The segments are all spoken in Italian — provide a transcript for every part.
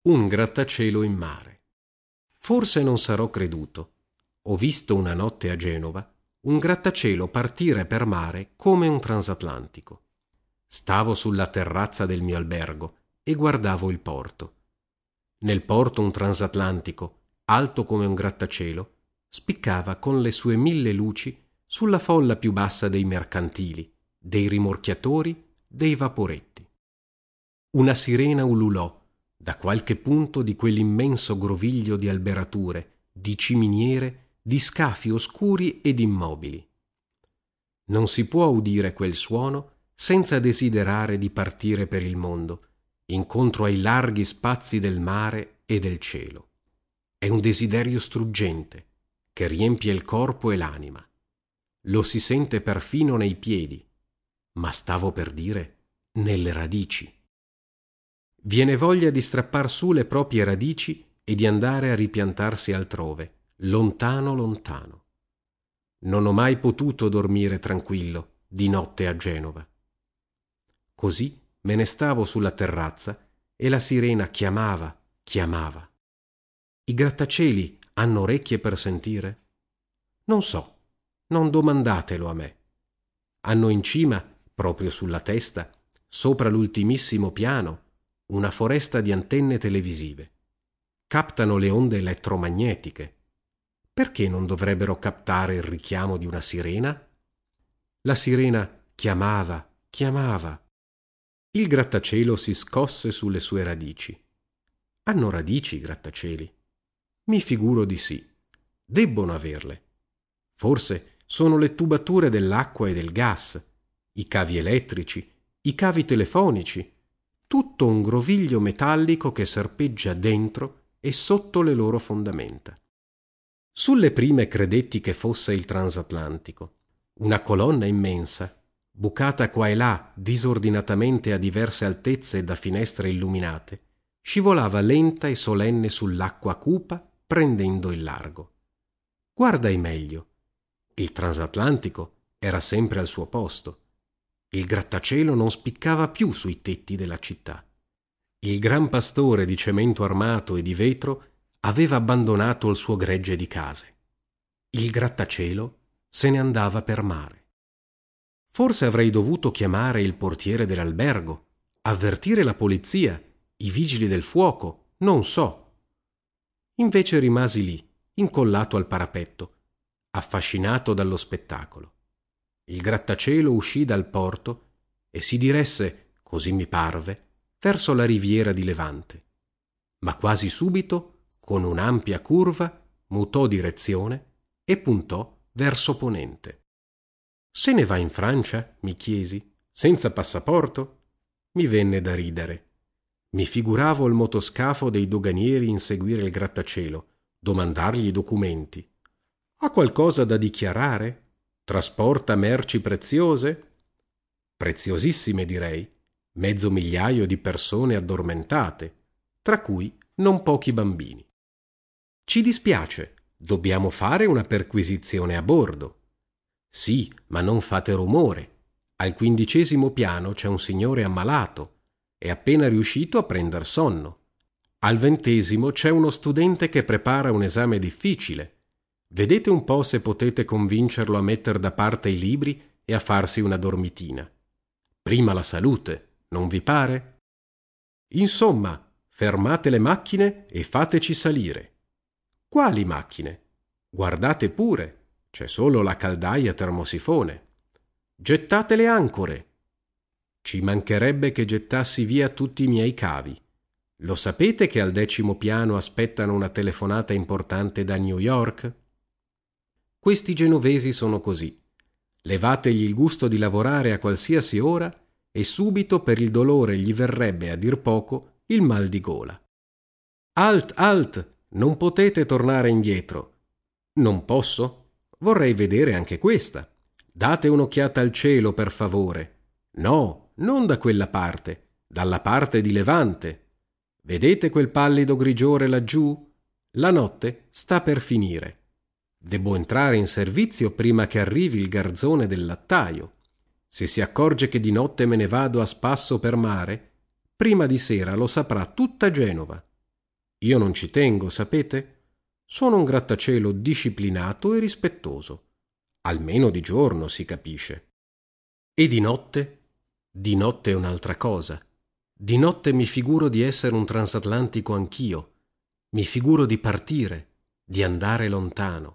Un grattacielo in mare. Forse non sarò creduto. Ho visto una notte a Genova un grattacielo partire per mare come un transatlantico. Stavo sulla terrazza del mio albergo e guardavo il porto. Nel porto un transatlantico, alto come un grattacielo, spiccava con le sue 1000 luci sulla folla più bassa dei mercantili, dei rimorchiatori, dei vaporetti. Una sirena ululò da qualche punto di quell'immenso groviglio di alberature, di ciminiere, di scafi oscuri ed immobili. Non si può udire quel suono senza desiderare di partire per il mondo, incontro ai larghi spazi del mare e del cielo. È un desiderio struggente che riempie il corpo e l'anima. Lo si sente perfino nei piedi, ma stavo per dire nelle radici. Viene voglia di strappar su le proprie radici e di andare a ripiantarsi altrove, lontano lontano. Non ho mai potuto dormire tranquillo di notte a Genova. Così me ne stavo sulla terrazza e la sirena chiamava, chiamava. I grattacieli hanno orecchie per sentire? Non so, non domandatelo a me. Hanno in cima, proprio sulla testa, sopra l'ultimissimo piano, una foresta di antenne televisive. Captano le onde elettromagnetiche. Perché non dovrebbero captare il richiamo di una sirena? La sirena chiamava, chiamava. Il grattacielo si scosse sulle sue radici. Hanno radici i grattacieli? Mi figuro di sì. Debbono averle. Forse sono le tubature dell'acqua e del gas, i cavi elettrici, i cavi telefonici, tutto un groviglio metallico che serpeggia dentro e sotto le loro fondamenta. Sulle prime credetti che fosse il transatlantico, una colonna immensa, bucata qua e là disordinatamente a diverse altezze da finestre illuminate, scivolava lenta e solenne sull'acqua cupa, prendendo il largo. Guardai meglio. Il transatlantico era sempre al suo posto. Il grattacielo non spiccava più sui tetti della città. Il gran pastore di cemento armato e di vetro aveva abbandonato il suo gregge di case. Il grattacielo se ne andava per mare. Forse avrei dovuto chiamare il portiere dell'albergo, avvertire la polizia, i vigili del fuoco, non so. Invece rimasi lì, incollato al parapetto, affascinato dallo spettacolo. Il grattacielo uscì dal porto e si diresse, così mi parve, verso la riviera di Levante. Ma quasi subito, con un'ampia curva, mutò direzione e puntò verso ponente. «Se ne va in Francia?» mi chiesi. «Senza passaporto?» Mi venne da ridere. Mi figuravo il motoscafo dei doganieri inseguire il grattacielo, domandargli i documenti. «Ha qualcosa da dichiarare? Trasporta merci preziose?» Preziosissime, direi. 500.000 di persone addormentate, tra cui non pochi bambini. «Ci dispiace, dobbiamo fare una perquisizione a bordo». «Sì, ma non fate rumore. Al 15° piano c'è un signore ammalato. È appena riuscito a prender sonno. Al 20° c'è uno studente che prepara un esame difficile. Vedete un po' se potete convincerlo a metter da parte i libri e a farsi una dormitina. Prima la salute, non vi pare? Insomma, fermate le macchine e fateci salire». «Quali macchine?» «Guardate pure, c'è solo la caldaia termosifone». «Gettate le ancore». «Ci mancherebbe che gettassi via tutti i miei cavi. Lo sapete che al 10° piano aspettano una telefonata importante da New York?» Questi genovesi sono così. Levategli il gusto di lavorare a qualsiasi ora e subito per il dolore gli verrebbe, a dir poco, il mal di gola. «Alt, alt! Non potete tornare indietro». «Non posso? Vorrei vedere anche questa. Date un'occhiata al cielo, per favore». «No, non da quella parte, dalla parte di Levante. Vedete quel pallido grigiore laggiù? La notte sta per finire. Debbo entrare in servizio prima che arrivi il garzone del lattaio. Se si accorge che di notte me ne vado a spasso per mare, prima di sera lo saprà tutta Genova. Io non ci tengo, sapete? Sono un grattacielo disciplinato e rispettoso. Almeno di giorno, si capisce. E di notte? Di notte è un'altra cosa. Di notte mi figuro di essere un transatlantico anch'io. Mi figuro di partire, di andare lontano.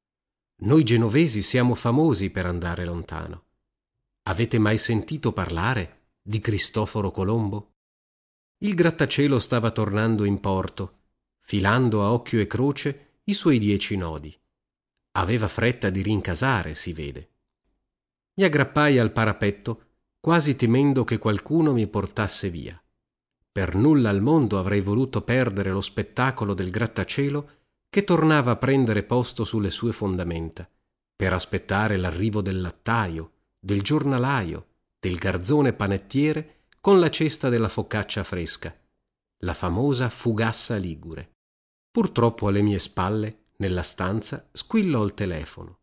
Noi genovesi siamo famosi per andare lontano. Avete mai sentito parlare di Cristoforo Colombo? Il grattacielo stava tornando in porto, filando a occhio e croce i suoi 10 nodi. Aveva fretta di rincasare, si vede. Mi aggrappai al parapetto, quasi temendo che qualcuno mi portasse via. Per nulla al mondo avrei voluto perdere lo spettacolo del grattacielo che tornava a prendere posto sulle sue fondamenta, per aspettare l'arrivo del lattaio, del giornalaio, del garzone panettiere con la cesta della focaccia fresca, la famosa fugassa ligure. Purtroppo alle mie spalle, nella stanza, squillò il telefono.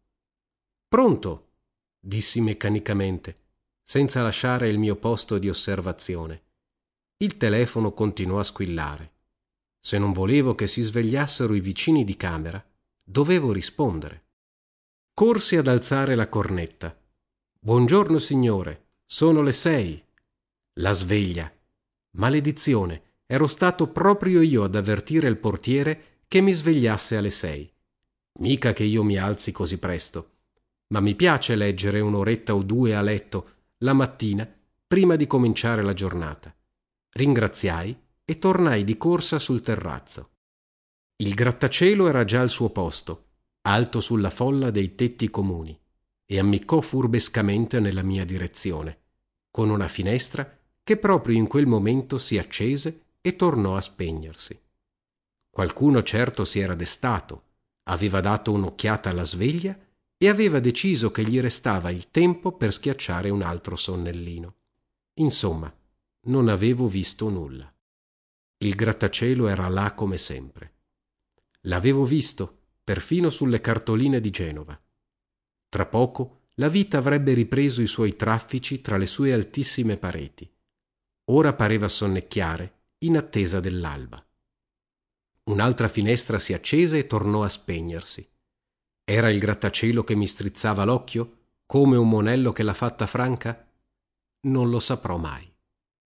«Pronto?» dissi meccanicamente, senza lasciare il mio posto di osservazione. Il telefono continuò a squillare. Se non volevo che si svegliassero i vicini di camera, dovevo rispondere. Corsi ad alzare la cornetta. «Buongiorno, signore, sono le 6. La sveglia. Maledizione, ero stato proprio io ad avvertire il portiere che mi svegliasse alle 6. Mica che io mi alzi così presto, ma mi piace leggere un'oretta o due a letto la mattina prima di cominciare la giornata. Ringraziai e tornai di corsa sul terrazzo. Il grattacielo era già al suo posto, alto sulla folla dei tetti comuni, e ammiccò furbescamente nella mia direzione, con una finestra che proprio in quel momento si accese e tornò a spegnersi. Qualcuno certo si era destato, aveva dato un'occhiata alla sveglia e aveva deciso che gli restava il tempo per schiacciare un altro sonnellino. Insomma, non avevo visto nulla. Il grattacielo era là come sempre. L'avevo visto, perfino sulle cartoline di Genova. Tra poco la vita avrebbe ripreso i suoi traffici tra le sue altissime pareti. Ora pareva sonnecchiare, in attesa dell'alba. Un'altra finestra si accese e tornò a spegnersi. Era il grattacielo che mi strizzava l'occhio, come un monello che l'ha fatta franca? Non lo saprò mai.